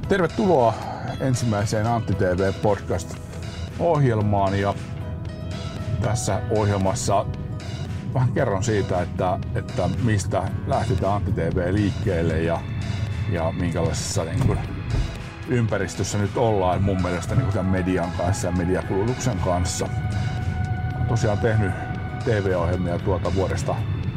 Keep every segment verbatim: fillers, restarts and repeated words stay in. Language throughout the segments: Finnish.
Tervetuloa ensimmäiseen Antti T V-podcast-ohjelmaan ja tässä ohjelmassa vähän kerron siitä, että, että mistä lähti tämä Antti T V liikkeelle ja, ja minkälaisessa niin kuin, ympäristössä nyt ollaan mun mielestä niin kuin tämän median kanssa ja mediakulutuksen kanssa. Olen tosiaan tehnyt T V-ohjelmia tuolta vuodesta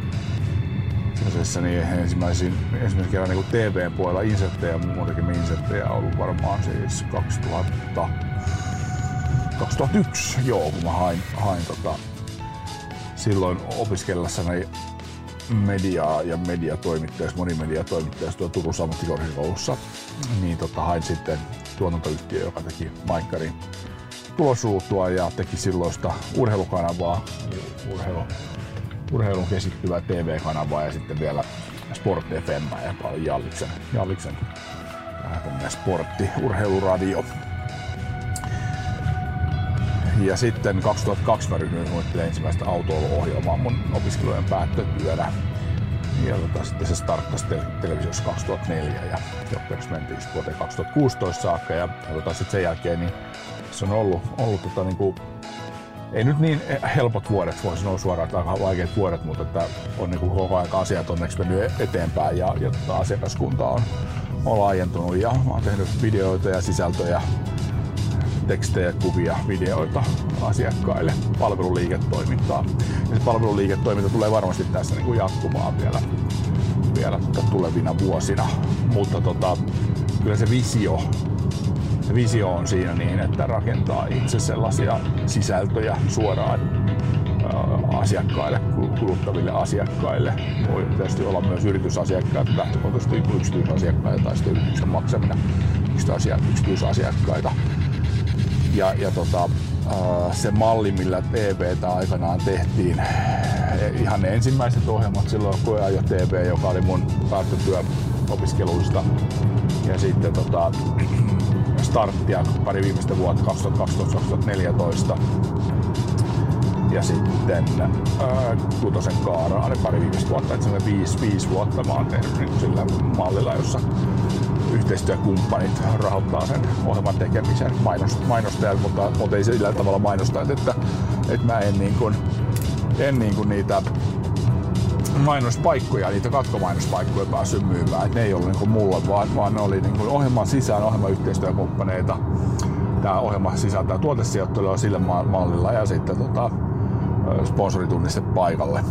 niin ensimmäisen, ensimmäisen kerran niin T V:n puolella inserttejä, muutenkin inserttejä on ollut varmaan siis kaksituhatta, kaksituhattayksi, joo, kun mä hain, hain tota, silloin opiskellessani mediaa ja mediatoimittajaksi, monimediatoimittajaksi tuolla Turussa ammattikorkeakoulussa, niin tota, hain sitten tuotantoyhtiö, joka teki Maikkarin tulosruutua ja teki silloista urheilukanavaa, urheilu, urheilun keskittyvää T V-kanavaa ja sitten vielä Sport F M ja paljon Jalliksen, Jalliksen sportti, urheiluradio. Ja sitten kaksituhattakaksi mä ryhdyin suunnittelemaan ensimmäistä autoiluohjelmaa mun opiskelujen päättötyönä. Ja tota, sitten se starttasi te- televisiossa kaksituhattaneljä ja jopperis mentiin vuoteen kaksituhattakuusitoista saakka. Ja, ja tota, sitten sen jälkeen niin se on ollut, ollut tota, niinku, ei nyt niin helpot vuodet, voi sanoa suoraan, että aika vaikeat vuodet, mutta että on niin kuin koko ajan asiat onneksi mennyt eteenpäin ja, ja tota, asiakaskunta on, on laajentunut ja mä oon tehnyt videoita ja sisältöjä, tekstejä, kuvia, videoita asiakkaille, palveluliiketoimintaa. Ja se palveluliiketoiminta tulee varmasti tässä niin kuin jatkumaan vielä, vielä tulevina vuosina, mutta tota, kyllä se visio Se visio on siinä niin, että rakentaa itse sellaisia sisältöjä suoraan asiakkaille, kuluttaville asiakkaille. Voi tietysti olla myös yritysasiakkaita, lähtökohtaisesti yksityisasiakkaita tai sitten yrityksen maksamina yksityisasiakkaita. Ja, ja tota, se malli, millä T V:tä aikanaan tehtiin, ihan ne ensimmäiset ohjelmat silloin Koeajo T V, joka oli mun päättötyö opiskeluista. Ja sitten tota, starttia pari viimeistä vuotta, kaksituhattakaksitoista kaksituhattaneljätoista. Ja sitten ää, Kutosen Kaaraa, ne pari viimeistä vuotta, että se viisi, viisi vuotta mä oon tehnyt niin sillä mallilla, jossa yhteistyökumppanit rahoittaa sen ohjelman tekemisen mainostajat, mutta, mutta ei sillä tavalla mainostajat, että, että mä en, niin kuin, en niin kuin niitä mainospaikkoja, niitä katkomainospaikkoja päässyt myymään. Et ne ei ollut niinku mulla, vaan, vaan ne oli niinku ohjelman sisään ohjelman yhteistyökumppaneita. Tää ohjelma sisältää tuotesijoittelua sillä mallilla ja sitten tota, sponsoritunniste paikalle.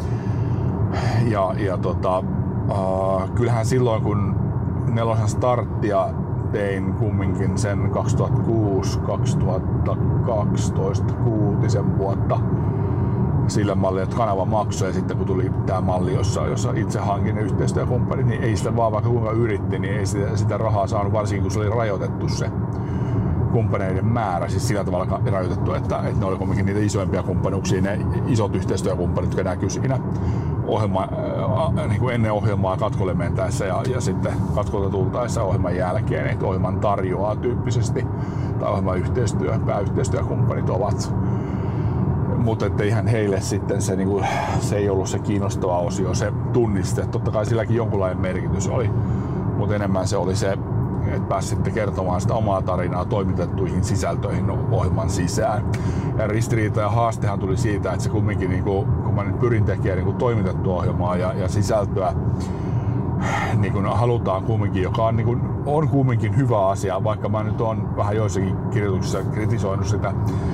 Ja, ja tota, äh, kyllähän silloin kun nelosen starttia tein kumminkin sen kaksituhattakuusi kaksituhattakaksitoista kuutisen vuotta sillä mallilla, että kanava maksoi ja sitten kun tuli tämä malli, jossa, jossa itse hankin yhteistyökumppanit, niin ei sitä vaan vaikka kuinka yritti, niin ei sitä, sitä rahaa saanut, varsinkin kun se oli rajoitettu se kumppaneiden määrä, siis sillä tavalla rajoitettu, että, että ne oli kuitenkin niitä isoimpia kumppanuuksia, ne isot yhteistyökumppanit, jotka näkyy siinä ohjelma, äh, niin kuin ennen ohjelmaa katkolle mentäessä ja, ja sitten katkolta tultaessa ohjelman jälkeen, että ohjelman tarjoaa tyyppisesti, tai ohjelman yhteistyö, pääyhteistyökumppanit ovat. Mutta eihän heille sitten se, niinku, se ei ollut se kiinnostava osio, se tunniste. Totta kai silläkin jonkunlainen merkitys oli, mutta enemmän se oli se, että pääsitte kertomaan sitä omaa tarinaa toimitettuihin sisältöihin ohjelman sisään. Ja ristiriita ja haastehan tuli siitä, että se kumminkin, niinku, kun mä nyt pyrin tekemään niinku toimitettua ohjelmaa ja, ja sisältöä, niin kun halutaan kumminkin, joka on, niin on kumminkin hyvä asia, vaikka mä nyt oon vähän joissakin kirjoituksissa kritisoinut sitä.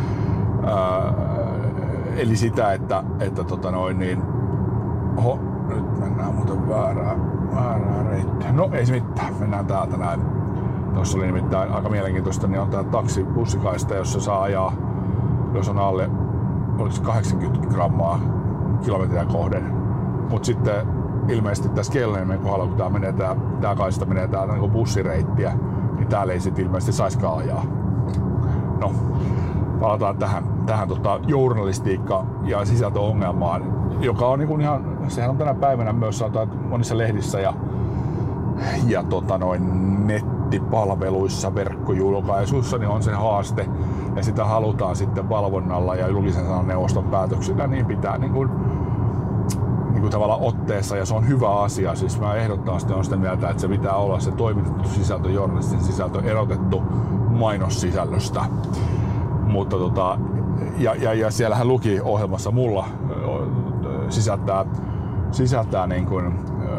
Ää, Eli sitä, että, että tota noin niin, oho, nyt mennään muuten väärää, väärää reittiä. No ei se mitään, mennään täältä näin. Tuossa oli nimittäin aika mielenkiintoista, niin on tää taksibussikaista, jossa saa ajaa, jos on alle, oliko kahdeksankymmentä grammaa kilometriä kohden. Mut sitten ilmeisesti tässä Kelleniemen kohdalla, kun tää, menee, tää, tää kaista menee täältä niin bussireittiä, niin täällä ei sit ilmeisesti saiskaan ajaa. No. Palataan tähän, tähän tota, journalistiikka- ja sisältöongelmaan, joka on niin ihan, sehän on tänä päivänä myös sanotaan, monissa lehdissä ja, ja tota, noin nettipalveluissa, verkkojulkaisuissa niin on se haaste ja sitä halutaan sitten valvonnalla ja julkisen sanan neuvoston päätöksillä niin pitää niin kuin, niin niin kuin tavallaan otteessa ja se on hyvä asia. Siis mä ehdottomasti olen sitä mieltä, että se pitää olla se toimitettu sisältö, journalistinen sisältö erotettu mainossisällöstä. Mutta tota, ja, ja, ja siellähän luki ohjelmassa mulla sisältää, sisältää niin kuin,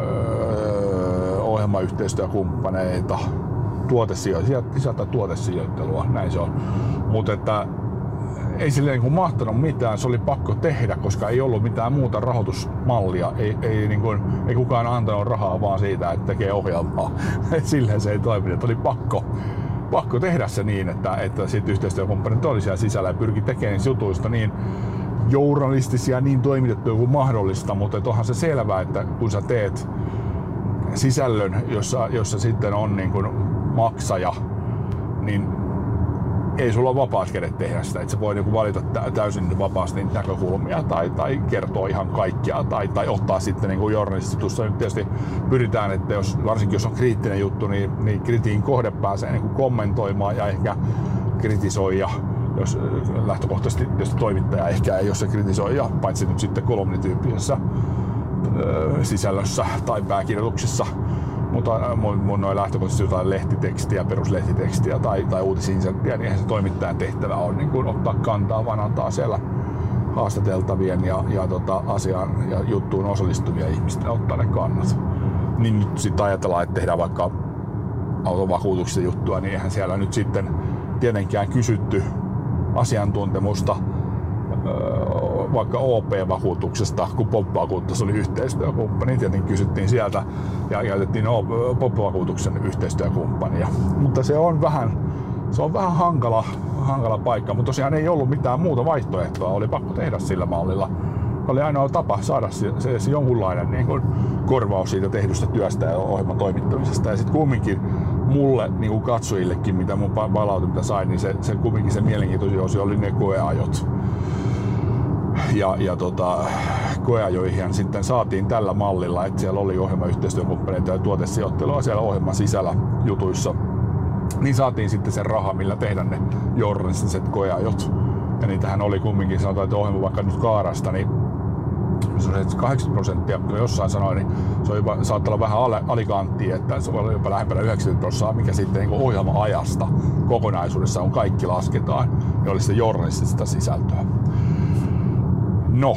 öö, ohjelmayhteistyökumppaneita, tuotesijoittelua, sisältää tuotesijoittelua, näin se on. Mutta että ei sille niin kuin mahtanut mitään, se oli pakko tehdä, koska ei ollut mitään muuta rahoitusmallia. Ei, ei, niin kuin, ei kukaan antanut rahaa vaan siitä, että tekee ohjelmaa. Silleen se ei toiminut. Oli pakko, pakko tehdä se niin, että, että sit yhteistyökumppanit oli siellä sisällä ja pyrki tekemään jutuista niin journalistisia, niin toimitettuja kuin mahdollista. Mutta onhan se selvää, että kun sä teet sisällön, jossa, jossa sitten on niin kuin maksaja, niin ei sulla ole vapaat kädet tehdä sitä, että sä voi niinku valita täysin vapaasti näkökulmia tai, tai kertoa ihan kaikkia tai, tai ottaa sitten niinku journalistitussa. Nyt tietysti pyritään, että jos, varsinkin jos on kriittinen juttu, niin, niin kritiikin kohde pääsee niinku kommentoimaan ja ehkä kritisoija, jos lähtökohtaisesti tietysti toimittaja ehkä ei ole se kritisoija, paitsi nyt sitten kolumnityyppisessä öö, sisällössä tai pääkirjoituksissa. Mutta mun, mun noin lähtökohtaisesti jotain lehtitekstiä, peruslehtitekstiä tai, tai uutisinserttiä, niin eihän se toimittajan tehtävä on niin kuin ottaa kantaa, vaan antaa siellä haastateltavien ja, ja tota, asiaan ja juttuun osallistuvia ihmisten ottaa ne kannat. Niin nyt sitten ajatellaan, että tehdään vaikka autovakuutuksista juttua, niin eihän siellä nyt sitten tietenkään kysytty asiantuntemusta vaikka O P-vakuutuksesta, kun P O P-vakuutus oli yhteistyökumppani, tietenkin kysyttiin sieltä ja käytettiin P O P-vakuutuksen yhteistyökumppania. Mutta se on vähän, se on vähän hankala, hankala paikka, mutta tosiaan ei ollut mitään muuta vaihtoehtoa, oli pakko tehdä sillä mallilla. Oli ainoa tapa saada se, se jonkunlainen niin kuin korvaus siitä tehdystä työstä ja ohjelman toimittamisesta. Ja sitten kumminkin mulle niin kuin katsojillekin, mitä mun palaute mitä sain, niin se, se kumminkin se mielenkiintoinen osi oli ne koeajot. Ja, ja tota, koeajoihin sitten saatiin tällä mallilla, että siellä oli ohjelmayhteistyökumppaneita ja tuotesijoittelua siellä ohjelman sisällä jutuissa. Niin saatiin sitten sen raha, millä tehdä ne journalistiset koeajot. Ja niitähän oli kumminkin, sanotaan, että ohjelma vaikka nyt Kaarasta, niin se on kahdeksankymmentä prosenttia, kun jossain sanoin, niin se on jopa, saattaa olla vähän alikanttia, että se voi olla jopa lähempänä yhdeksänkymmentä prosenttia, mikä sitten niin ohjelma-ajasta kokonaisuudessaan, kun kaikki lasketaan, niin oli sitä journalistista sisältöä. No,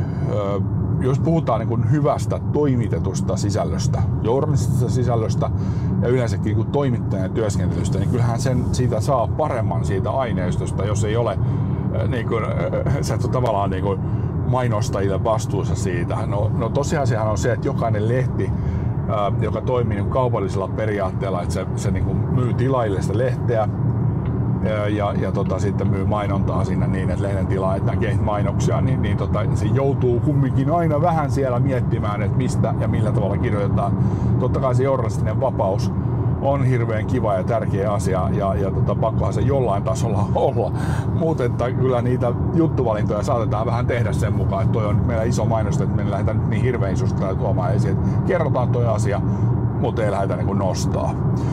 jos puhutaan niin kuin hyvästä toimitetusta sisällöstä, journalistisesta sisällöstä ja yleensäkin niin kuin toimittajan työskentelystä, niin kyllähän sen siitä saa paremman siitä aineistosta, jos ei ole niin kuin, sä et ole tavallaan niin kuin mainostajille vastuussa siitä. No, no tosiasiahan on se, että jokainen lehti, ää, joka toimii niin kaupallisella periaatteella, että se, se niin kuin myy tilaajille sitä lehteä, ja, ja tota, sitten myy mainontaa sinne niin, että lehden tilaajat näkee mainoksia, niin, niin tota, se joutuu kumminkin aina vähän siellä miettimään, että mistä ja millä tavalla kirjoitetaan. Totta kai se journalistinen vapaus on hirveän kiva ja tärkeä asia ja, ja tota, pakkohan se jollain tasolla olla. Muuten kyllä niitä juttuvalintoja saatetaan vähän tehdä sen mukaan, että toi on meillä iso mainosta, että me ei lähdetä nyt niin hirveän isosta tuomaan esiin, että kerrotaan toi asia, mutta ei lähdetä niin kuin nostaa.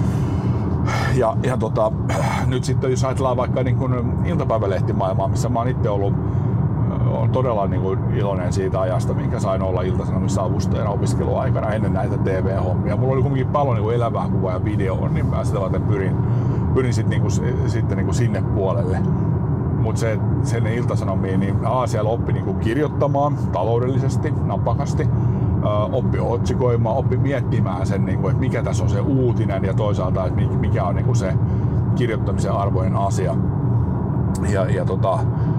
Ja, ja tota, nyt sitten jos ajatellaan vaikka niin kuin iltapäivälehtimaailmaa, missä mä oon itse ollut, on todella niin kuin iloinen siitä ajasta, minkä sain olla Ilta-Sanomissa avustajana opiskeluaikana ennen näitä T V-hommia. Mulla oli kuitenkin paljon niin kuin elävää kuvaa ja videoa, niin mä sitä varten pyrin, pyrin sit, niin kuin, sitten niin kuin sinne puolelle. Mutta se, sen Ilta-Sanomiin, niin A, siellä oppi niin kuin kirjoittamaan taloudellisesti, napakasti. Oppi otsikoimaan, oppi miettimään sen, että mikä tässä on se uutinen ja toisaalta, että mikä on se kirjoittamisen arvoinen asia. Ja, ja, tota,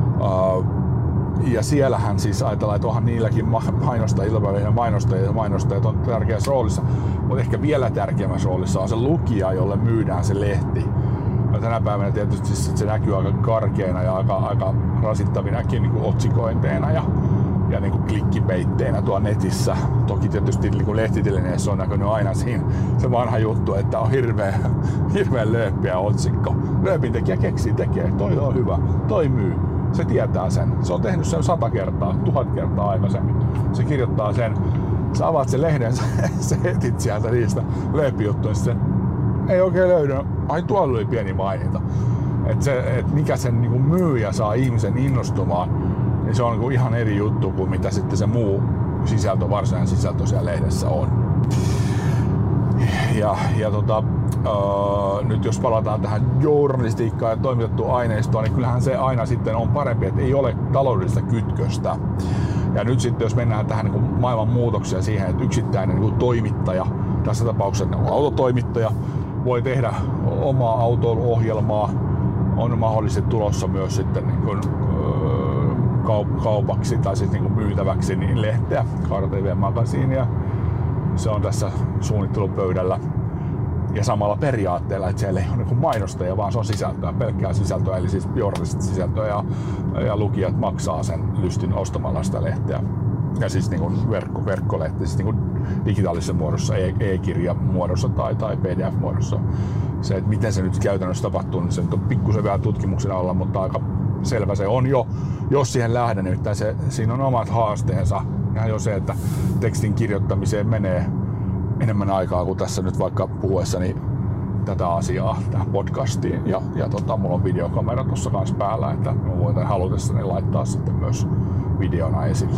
ja siellähän siis ajatellaan, että onhan niilläkin mainostajia, iltapäivälehden mainostajia ja mainostajat on tärkeässä roolissa, mutta ehkä vielä tärkeämmässä roolissa on se lukija, jolle myydään se lehti. Ja tänä päivänä tietysti se näkyy aika karkeana ja aika, aika rasittavinakin niin kuin otsikointeina ja ja niin kuin klikkipeitteinä tuolla netissä. Toki tietysti niin lehtitilineessä on näkynyt aina siinä se vanha juttu, että on hirveän, hirveän lööppiä otsikko. Lööpintekijä keksii, tekee, toi on hyvä, toi myy. Se tietää sen. Se on tehnyt sen sata kertaa, tuhat kertaa aikaisemmin. Se kirjoittaa sen, sä avaat sen lehden, sä etit sieltä niistä lööppijuttuista. Ei oikein löydy. Ai tuolla oli pieni maininta. Et se, et mikä sen niin kuin myy ja saa ihmisen innostumaan, niin se on ihan eri juttu kuin mitä sitten se muu sisältö, varsinainen sisältö siellä lehdessä on. Ja, ja tota, öö, nyt jos palataan tähän journalistiikkaan ja toimitettuun aineistoon, niin kyllähän se aina sitten on parempi, että ei ole taloudellista kytköstä. Ja nyt sitten jos mennään tähän niin kuin maailman muutoksia siihen, että yksittäinen niin kuin toimittaja, tässä tapauksessa niin autotoimittaja, voi tehdä omaa autoiluohjelmaa, on mahdollisesti tulossa myös sitten niin kuin, öö, kaupaksi tai siis niin kuin myytäväksi niin lehteä, Kaara T V-magasiinia. Se on tässä suunnittelupöydällä ja samalla periaatteella, että siellä ei ole niin mainostajia, vaan se on sisältöä, pelkkää sisältöä, eli siis journalistista sisältöä ja, ja lukijat maksaa sen lystin ostamalla sitä lehteä. Ja siis niin kuin verkko, verkkolehti, siis niin kuin digitaalisessa muodossa, e-kirjan muodossa tai, tai P D F-muodossa. Se, että miten se nyt käytännössä tapahtuu, niin se nyt on pikkusen vielä tutkimuksen alla, mutta aika selvä se on jo, jos siihen lähden, niin se, siinä on omat haasteensa. Ja jo se, että tekstin kirjoittamiseen menee enemmän aikaa kuin tässä nyt vaikka puhuessani tätä asiaa tähän podcastiin. Ja, ja tota, mulla on videokamera tuossa kanssa päällä, että mä voin halutessani laittaa sitten myös videona esille.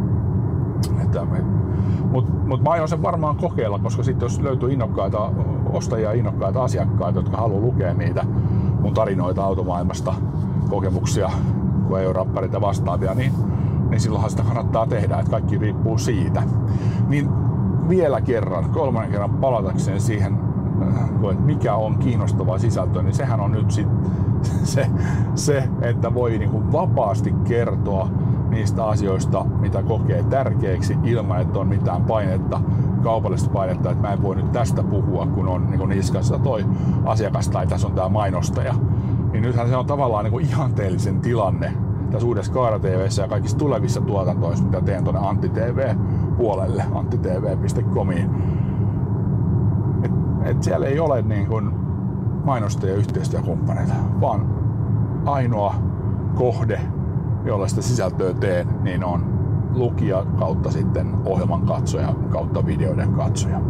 Mutta mut mä aion sen varmaan kokeilla, koska sitten jos löytyy innokkaita ostajia ja innokkaita asiakkaita, jotka haluaa lukea niitä mun tarinoita automaailmasta, kokemuksia, kun ei ole rapparit ja vastaavia, niin niin silloinhan sitä kannattaa tehdä, että kaikki riippuu siitä. Niin vielä kerran, kolmannen kerran palatakseen siihen, että mikä on kiinnostavaa sisältöä, niin sehän on nyt sit se, se että voi niinku vapaasti kertoa niistä asioista, mitä kokee tärkeäksi, ilman että on mitään painetta, kaupallista painetta, että mä en voi nyt tästä puhua, kun on niinku niskassa toi asiakas tai tässä on tää mainostaja. Niin nythän se on tavallaan niinku ihanteellisen tilanne tässä uudessa Kaara T V:ssä ja kaikissa tulevissa tuotantoissa, mitä teen tuonne Antti T V-puolelle, antti t v piste comiin. Et, et siellä ei ole niin kuin mainostajia ja yhteistyökumppaneita, vaan ainoa kohde, jolla sitä sisältöä teen, niin on lukija kautta sitten ohjelman katsoja kautta videoiden katsoja.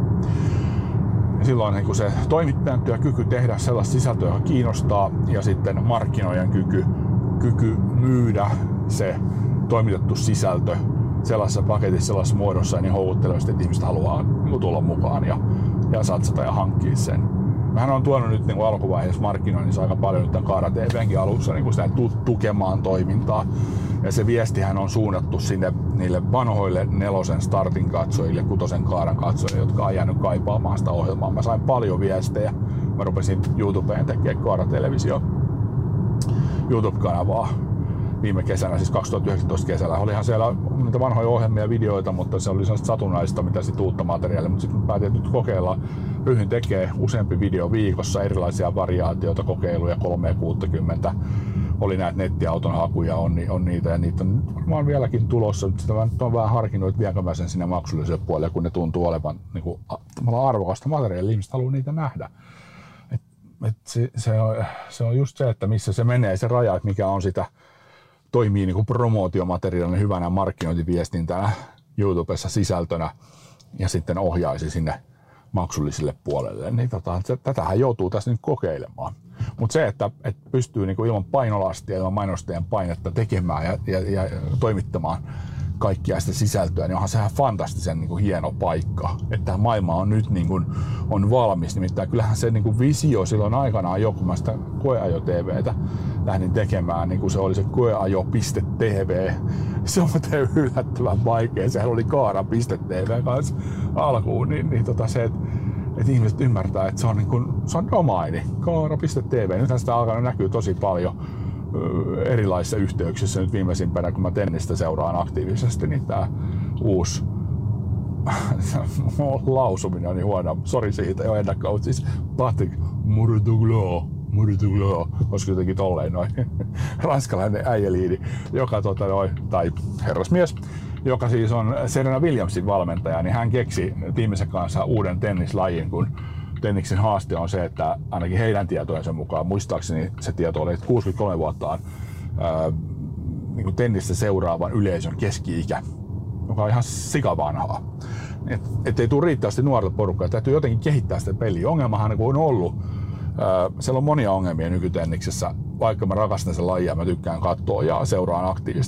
Ja silloin niin se toimittajan kyky tehdä sellaista sisältöä, joka kiinnostaa, ja sitten markkinoijan kyky kyky myydä se toimitettu sisältö sellaisessa paketissa, sellaisessa muodossa niin houkuttelevasti, että ihmiset haluaa tulla mukaan ja, ja satsata ja hankkia sen. Mähän on tuonut nyt niin alkuvaiheessa markkinoinnissa aika paljon nyt tämän Kaara T V:nkin alussa niin sitä tukemaan toimintaa. Ja se viestihän on suunnattu sinne niille vanhoille nelosen startin katsojille, kutosen Kaaran katsojille, jotka on jäänyt kaipaamaan sitä ohjelmaa. Mä sain paljon viestejä. Mä rupesin YouTubeen tekemään Kaara Televisio YouTube-kanavaa viime kesänä, siis kaksituhattayhdeksäntoista kesällä. Olihan siellä niitä vanhoja ohjelmia ja videoita, mutta se oli sellaista satunnaista, mitä sitten uutta materiaalia. Mutta sitten päätin, että nyt kokeillaan. Ryhdyin tekee useampi video viikossa, erilaisia variaatioita, kokeiluja, kolmesataakuusikymmentä. Oli näitä nettiauton hakuja, on, on niitä ja niitä on varmaan vieläkin tulossa. Sitä mä nyt olen vähän harkinnut, että vienkö mä sen sinne maksulliselle puolelle, kun ne tuntuu olevan niin kuin, arvokasta materiaalia. Ihmiset haluaa niitä nähdä. Et se, se, on, se on just se, että missä se menee, se raja, että mikä on sitä, toimii niin kuin promootiomateriaalina hyvänä markkinointiviestintänä YouTubessa sisältönä ja sitten ohjaisi sinne maksulliselle puolelle. Niin tota, se, tätähän joutuu tässä nyt kokeilemaan. Mutta se, että, että pystyy niin kuin ilman painolastia, ilman mainostajien painetta tekemään ja, ja, ja toimittamaan kaikkia sitä sisältöä, niin onhan sehän fantastisen niin kuin hieno paikka, että maailma on nyt niin kuin, on valmis. Nimittäin kyllähän se niin kuin visio silloin aikanaan jo, kun mä sitä Koeajo-T V:tä lähdin tekemään, niin kuin se oli se koeajo piste t v. Se on yllättävän vaikea, sehän oli kaara piste t v kanssa alkuun, niin, niin tota se, että et ihmiset ymmärtää, että se on, niin kuin, se on domaini, kaara piste t v. Nythän sitä alkanut näkyy tosi paljon erilaisissa yhteyksissä nyt viimeisimpänä, kun mä tennistä seuraan aktiivisesti, niin tää uusi lausuminen on niin huono, sori siitä jo ennakkoon, siis Patrick Mouratoglou, Mouratoglou, olisiko jotenkin tolleen noin ranskalainen äijäliidi, joka tota noin, tai herrasmies, joka siis on Serena Williamsin valmentaja, niin hän keksi tiiminsä kanssa uuden tennislajin, kun tenniksen haaste on se, että ainakin heidän tietojensa mukaan, muistaakseni se tieto oli, että kuusikymmentäkolme vuotta on ää, niin tennistä seuraavan yleisön keski-ikä, joka on ihan sikavanhaa. Et, et ei tule riittävästi nuorta porukkaa, täytyy jotenkin kehittää sitä peliä. Ongelmahan on ollut, ää, siellä on monia ongelmia nykytenniksessä, vaikka mä rakastan sen lajia, mä tykkään katsoa ja seuraan aktiivisesti. Et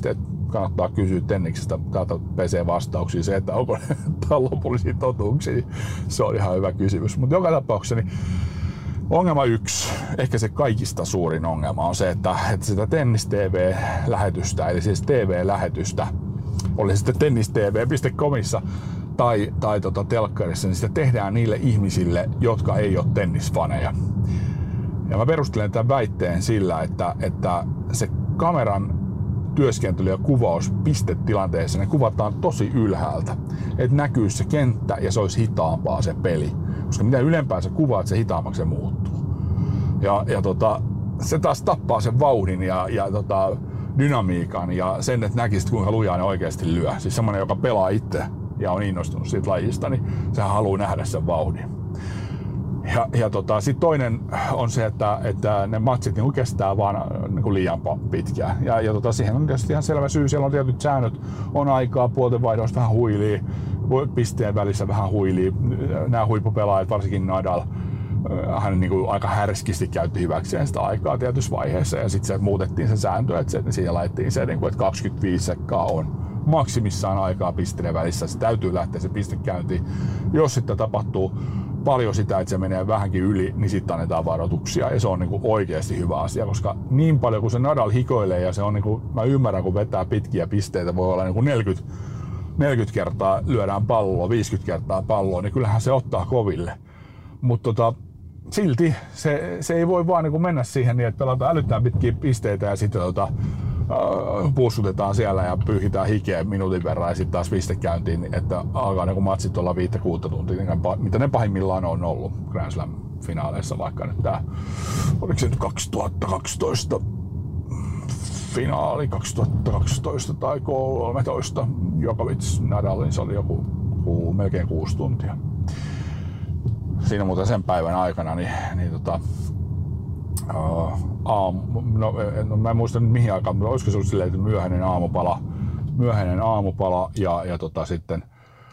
kannattaa kysyä Tenniksestä, täältä pesee vastauksia se, että onko ne lopullisia totuuksia. Se on ihan hyvä kysymys. Mutta joka tapauksessa niin ongelma yksi, ehkä se kaikista suurin ongelma on se, että, että sitä tennis-T V-lähetystä, eli siis T V-lähetystä, oli sitten tennis T V piste comissa tai, tai tota telkkarissa, niin sitä tehdään niille ihmisille, jotka ei ole tennisfaneja. Ja mä perustelen tämän väitteen sillä, että, että se kameran työskentely ja kuvaus pistetilanteessa, ne kuvataan tosi ylhäältä, että näkyy se kenttä ja se olisi hitaampaa se peli. Koska mitä ylempää sä kuvaat, se hitaammaksi se muuttuu. Ja, ja tota, se taas tappaa sen vauhdin ja, ja tota, dynamiikan ja sen, että näkisit kuinka lujaa ne oikeasti lyö. Siis semmonen, joka pelaa itse ja on innostunut siitä lajista, niin sehän haluaa nähdä sen vauhdin. Ja, ja tota, sitten toinen on se, että, että ne matsit niin kestää vaan niin liian pitkään. Ja, ja tota, siihen on tietysti ihan selvä syy. Siellä on tietyt säännöt, on aikaa, puoltenvaihdosta vähän huilii, pisteen välissä vähän huilii. Nämä huippupelaajat, varsinkin Nadal, hän niin kuin aika härskisti käytti hyväkseen sitä aikaa tietyssä vaiheessa. Ja sitten se muutettiin se sääntö, että se, siihen laitettiin se, että kaksikymmentäviisi sekkaa on maksimissaan aikaa pisteiden välissä. Se täytyy lähteä se piste käyntiin. Jos sitten tapahtuu paljon sitä, että se menee vähänkin yli, niin sitten annetaan varoituksia. Ja se on niinku oikeasti hyvä asia, koska niin paljon kuin se Nadal hikoilee, ja se on niinku, mä ymmärrän, kun vetää pitkiä pisteitä, voi olla niinku neljäkymmentä, neljäkymmentä kertaa lyödään palloa, viisikymmentä kertaa palloa, niin kyllähän se ottaa koville. Mutta tota, silti se, se ei voi vaan niinku mennä siihen niin, että pelataan älyttään pitkiä pisteitä ja sitten tota, puussutetaan siellä ja pyyhitään hikeä minuutin verran ja sitten taas piste käyntiin, että alkaa niinku matsit olla viittä kuutta tuntia, mitä ne pahimmillaan on ollut Grand Slam-finaaleissa, vaikka nyt tää, oliko se nyt kaksituhattakaksitoista finaali, kaksituhattakaksitoista tai kolmetoista Djokovic Nadal, niin se oli joku ku, melkein kuusi tuntia. Siinä muuten sen päivän aikana, niin, niin tota, Uh, aamu, no, no mä en muista nyt mihin aikaan, mutta olisiko se ollut silleen, että myöhäinen aamupala, myöhäinen aamupala ja, ja tota sitten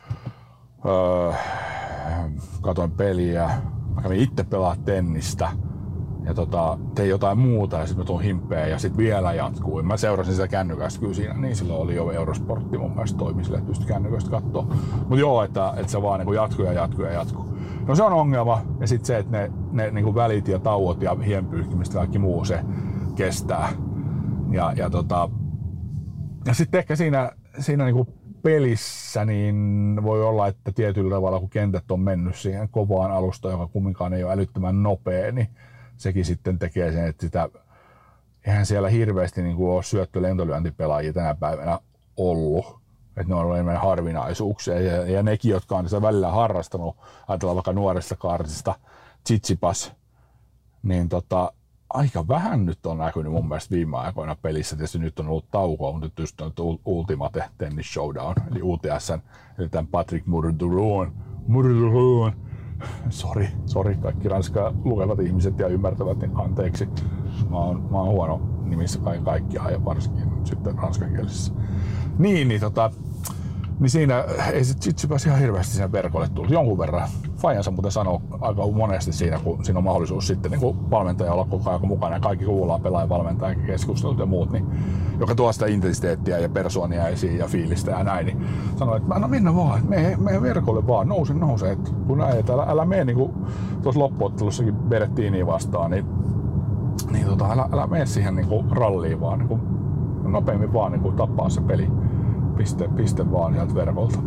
uh, katoin peliä, mä kävin itse pelaa tennistä ja tota, tein jotain muuta ja sitten mä tuun himpeen ja sitten vielä jatkuu. Mä seurasin sitä kännykästä kyllä siinä, niin silloin oli jo Eurosportti mun mielestä toimi sille, että pystyi kännykästä kattoo. Mut joo, että, että se vaan niin jatkuu ja jatkuu ja jatkuu. No se on ongelma ja sitten se, että ne, ne niin välit ja tauot ja hienpyyhkimistä ja kaikki muu se kestää. Ja, ja, tota, ja sitten ehkä siinä, siinä niin pelissä niin voi olla, että tietyllä tavalla kun kentät on mennyt siihen kovaan alustaan, joka kumminkaan ei ole älyttömän nopea, niin sekin sitten tekee sen, että sitä, eihän siellä hirveästi niin kuin ole syöttö- lentolyöntipelaajia tänä päivänä ollut. Että ne on ollut enemmän harvinaisuuksia ja, ja nekin, jotka on sitä välillä harrastanut, ajatellaan vaikka nuoresta kaartista Tsitsipas, niin tota, aika vähän nyt on näkynyt mun mielestä viime aikoina pelissä. Tietysti nyt on ollut taukoa, mutta nyt just on Ultimate Tennis Showdown, eli U T S:n, eli tämän Patrick Mouratoglou, Mouratoglou, sori, sori kaikki ranskaa lukevat ihmiset ja ymmärtävät, niin anteeksi. Mä oon, mä oon huono nimissä kaiken kaikkiaan ja varsinkin sitten ranskankielisessä. Niin, niin, tota, niin siinä ei se Tsitsipas ihan hirveästi sen verkolle tullut. Jonkun verran. Fajansa muuten sanoo aika monesti siinä, kun siinä on mahdollisuus sitten niin kuin valmentaja olla koko ajan mukana ja kaikki kuullaan pelaajan valmentaja ja keskustelut ja muut, niin, joka tuo sitä intensiteettiä ja persoonia esiin ja fiilistä ja näin, niin sanoi, että no mennä vaan, mene, mene verkolle vaan, nouse, nouse, että kun näin, että älä, älä mene niin kuin tuossa loppuottelussakin Berrettiniin vastaan, niin, niin tota, älä, älä mene siihen niin kuin ralliin vaan, niin kuin nopeammin vaan niin kuin tappaa se peli. Piste, piste vaan sieltä verkolta.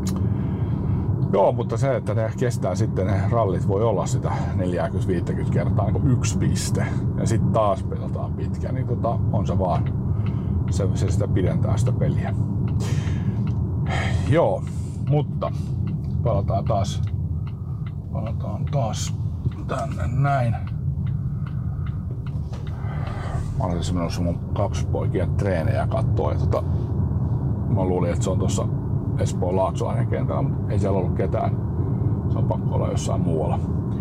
Joo, mutta se, että ne kestää sitten, ne rallit voi olla sitä neljäkymmentä viisikymmentä kertaa niin kuin yksi piste. Ja sitten taas pelataan pitkä, niin tota, on se vaan, se, se sitä pidentää sitä peliä. Joo, mutta palataan taas, palataan taas tänne näin. Mä olen siis menossa mun kaksipoikien treenejä kattoo ja tota, mä luulin, että se on tuossa Espoon Laaksoainen kentällä, mutta ei siellä ollut ketään. Se on pakko olla jossain muualla.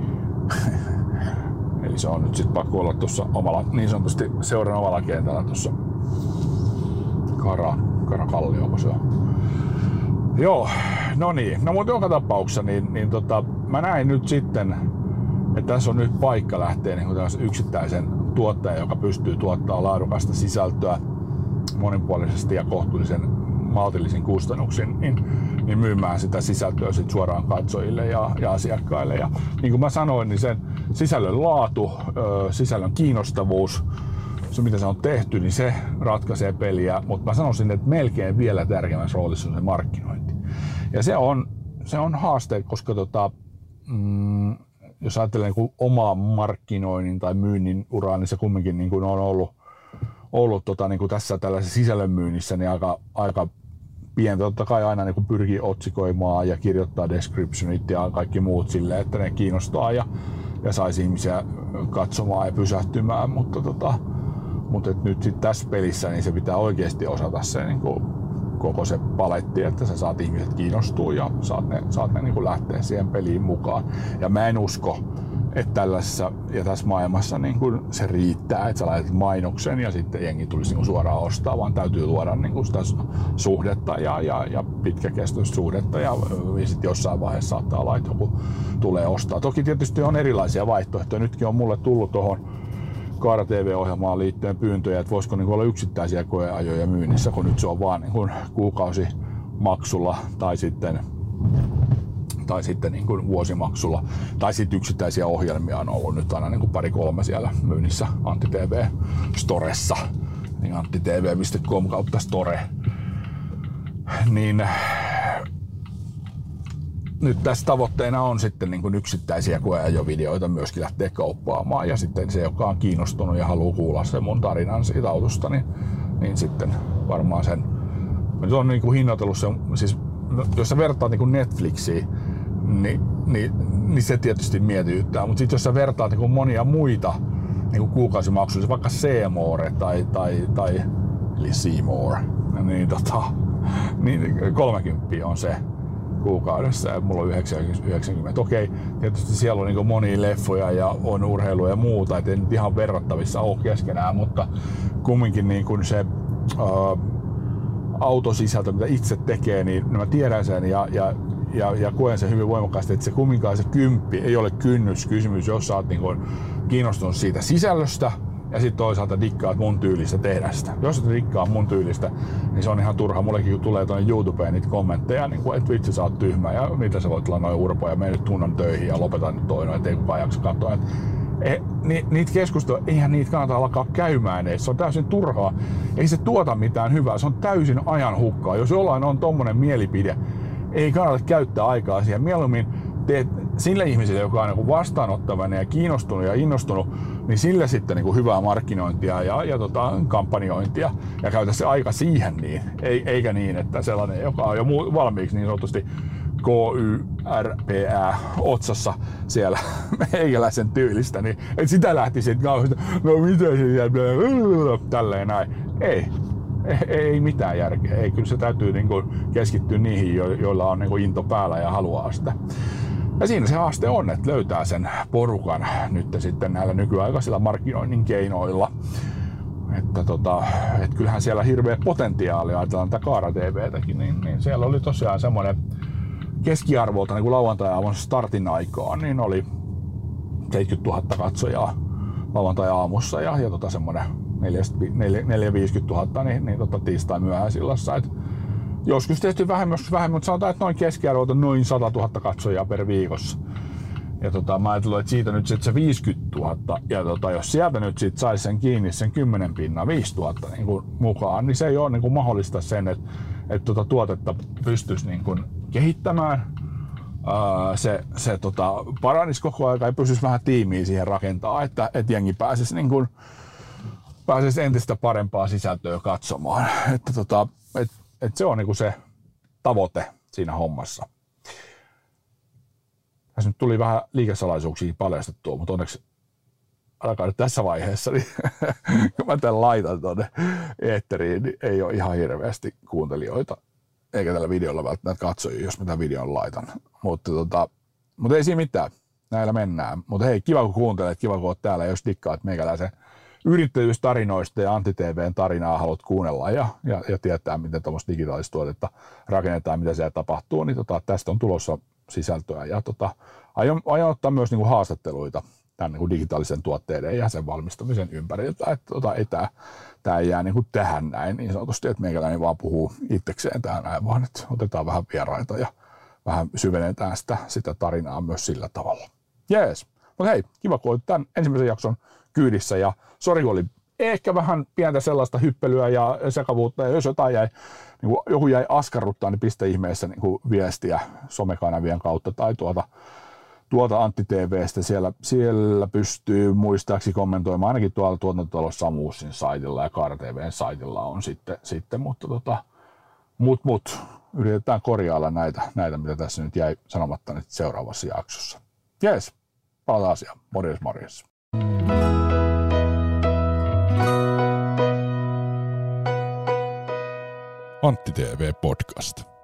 Eli se on nyt sit pakko olla tuossa omalla, niin sanotusti seuran omalla kentällä tuossa Kara, Karakallio, se on. Joo, no niin. No mutta joka tapauksessa, niin, niin tota, mä näin nyt sitten, että tässä on nyt paikka lähteä niin yksittäisen tuottajan, joka pystyy tuottamaan laadukasta sisältöä monipuolisesti ja kohtuullisen maltillisin kustannuksin niin, niin myymään sitä sisältöä sit suoraan katsojille ja, ja asiakkaille. Ja niin kuin mä sanoin, niin sen sisällön laatu, sisällön kiinnostavuus, se mitä se on tehty, niin se ratkaisee peliä, mutta mä sanoisin, että melkein vielä tärkeämmässä roolissa on se markkinointi. Ja se on, se on haaste, koska tota, mm, jos ajattelee niin omaa markkinoinnin tai myynnin uraa, niin se kumminkin niin kuin on ollut, ollut tota, niin kuin tässä tällaisessa sisällön myynnissä niin aika, aika pientä. Totta kai aina niin kuin pyrkii otsikoimaan ja kirjoittaa descriptionit ja kaikki muut silleen, että ne kiinnostaa ja, ja saisi ihmisiä katsomaan ja pysähtymään, mutta, tota, mutta et nyt sit tässä pelissä niin se pitää oikeasti osata se niin kuin koko se paletti, että sä saat ihmiset kiinnostua ja saat ne, saat ne niin kuin lähteä siihen peliin mukaan. Ja mä en usko, että tällaisessa ja tässä maailmassa niin kuin se riittää, että sä laitat mainoksen ja sitten jengi tulisi niin kuin suoraan ostaa, vaan täytyy luoda niin kuin sitä suhdetta ja, ja, ja pitkäkestoista suhdetta ja, ja sitten jossain vaiheessa saattaa olla, että joku tulee ostaa. Toki tietysti on erilaisia vaihtoehtoja. Nytkin on mulle tullut tuohon Kaara T V-ohjelmaan liittyen pyyntöjä, että voisiko niin olla yksittäisiä koeajoja myynnissä, kun nyt se on vaan niin kuukausimaksulla tai sitten, tai sitten niin kuin vuosimaksulla. Tai sitten yksittäisiä ohjelmia on ollut nyt aina niin kuin pari kolme siellä myynnissä Antti T V-storessa, niin antti t v piste com kautta store. Niin nyt tässä tavoitteena on sitten niin kuin yksittäisiä koeajovideoita myöskin lähteä kauppaamaan ja sitten se, joka on kiinnostunut ja haluaa kuulla sen mun tarinan siitä autosta, niin, niin sitten varmaan sen, nyt on niin kuin hinnoitellut sen, siis jos sä vertaat niin kuin Netflixiin, niin, niin, niin se tietysti mietityttää, mutta sitten jos sä vertaat niin kuin monia muita niin kuin kuukausimaksuja, vaikka C-More tai, tai, tai eli C-More, niin, tota, niin kolmekymmentä on se kuukaudessa ja mulla on yhdeksänkymmentä. Okei, tietysti siellä on niin monia leffoja ja on urheilua ja muuta, et ei nyt ihan verrattavissa ole keskenään, mutta kumminkin niin kuin se ää, autosisältö, mitä itse tekee, niin mä tiedän sen ja, ja, ja, ja koen sen hyvin voimakkaasti, että se kumminkaan se kymppi ei ole kynnyskysymys, jos sä oot niin kuin kiinnostunut siitä sisällöstä ja sitten toisaalta dikkaat mun tyylistä tehdä sitä. Jos et dikkaa mun tyylistä, niin se on ihan turha. Mullekin kun tulee tuonne YouTubeen niitä kommentteja, niin kuin, että vitsi sä oot tyhmä ja mitä sä voit olla noin urpo ja mene nyt tunnan töihin ja lopeta nyt toinen, ettei kukaan jaksa katsoa. Et, e, ni, niitä keskusteluja, eihän niitä kannata alkaa käymään edes. Se on täysin turhaa. Ei se tuota mitään hyvää. Se on täysin ajan hukkaa. Jos jollain on tommonen mielipide, ei kannata käyttää aikaa siihen. Mieluummin teet sille ihmiselle, joka on niin vastaanottavainen ja kiinnostunut ja innostunut, niin sille sitten niin hyvää markkinointia ja, ja tota, kampanjointia ja käytä se aika siihen niin, Ei, eikä niin, että sellainen, joka on jo muu, valmiiksi niin sanotusti K Y R P Ä otsassa siellä meikäläisen tyylistä, niin et sitä lähtisi, että no mitä se siellä, tälleen näin. Ei. Ei, ei mitään järkeä. Ei, kyllä se täytyy niin kuin keskittyä niihin, joilla on niin kuin into päällä ja haluaa sitä. Ja siinä se haaste on, että löytää sen porukan nyt sitten näillä nykyaikaisilla markkinoinnin keinoilla. Että tota, et kyllähän siellä hirveä potentiaali, ajatellaan tätä Kaara T V:täkin, niin, niin siellä oli tosiaan semmoinen keskiarvolta niin kuin lauantai-aamun startin aikaan, niin oli seitsemänkymmentätuhatta katsojaa lauantai-aamussa ja, ja tota semmoinen neljäkymmentä viisikymmentätuhatta niin, niin tota tiistai myöhäisillassa. Et joskus tietysti vähemmän, joskus vähemmän, mutta sanotaan, että noin keskiarvolta noin satatuhatta katsojaa per viikossa. Ja tota, mä ajattelin, että siitä nyt sit se viisikymmentätuhatta ja tota, jos sieltä nyt sit saisi sen kiinni sen kymmenen pinnaa, viisituhatta niin kuin mukaan, niin se ei ole niin kuin mahdollista sen, että, että tota, tuotetta pystyisi niin kuin kehittämään. Ää, se se tota, paranisi koko ajan ja pystyisi vähän tiimiä siihen rakentaa, että, että jengi pääsisi niin kuin pääsisi entistä parempaa sisältöä katsomaan. Että tota, et, et se on niinku se tavoite siinä hommassa. Tässä nyt tuli vähän liikesalaisuuksia paljastettua, mutta onneksi ainakaan nyt tässä vaiheessa, niin kun mä tämän laitan tuonne eetteriin, niin ei ole ihan hirveästi kuuntelijoita, eikä tällä videolla välttämättä katsojia, jos mä tämän videon laitan. Mutta tota, mut ei siinä mitään, näillä mennään. Mutta hei, kiva kun kuuntelet, kiva kun oot täällä, jos dikkaat meikäläisen yrittäjyystarinoista ja Antti T V:n tarinaa haluat kuunnella ja, ja, ja tietää, miten tuommoista digitaalista tuotetta rakennetaan, mitä siellä tapahtuu, niin tota, tästä on tulossa sisältöä. Ja tota, aion, aion ottaa myös niinku haastatteluita tämän niin kuin digitaalisen tuotteiden ja sen valmistamisen ympäriltä, että tota, ei tämä, tämä ei jää niin kuin tähän näin niin sanotusti, että meikäläinen vaan puhuu itsekseen tähän näin, vaan että otetaan vähän vieraita ja vähän syvennetään sitä, sitä tarinaa myös sillä tavalla. Jees, mutta hei, kiva kun olit tämän ensimmäisen jakson kyydissä ja sori kun oli ehkä vähän pientä sellaista hyppelyä ja sekavuutta ja jos jotain jäi, niin kuin joku jäi askarruttaa, niin pistä ihmeessä niin kuin viestiä somekanavien kautta tai tuota Tuolta Antti T V:stä, siellä, siellä pystyy muistaakseni kommentoimaan, ainakin tuolla tuotantotalossa Samuusin saitilla ja Kaara T V:n saitilla on sitten, sitten mutta tota, mut, mut, yritetään korjailla näitä, näitä, mitä tässä nyt jäi sanomatta nyt seuraavassa jaksossa. Jees, palataan asiaan. Morjes, morjes. Antti T V Podcast.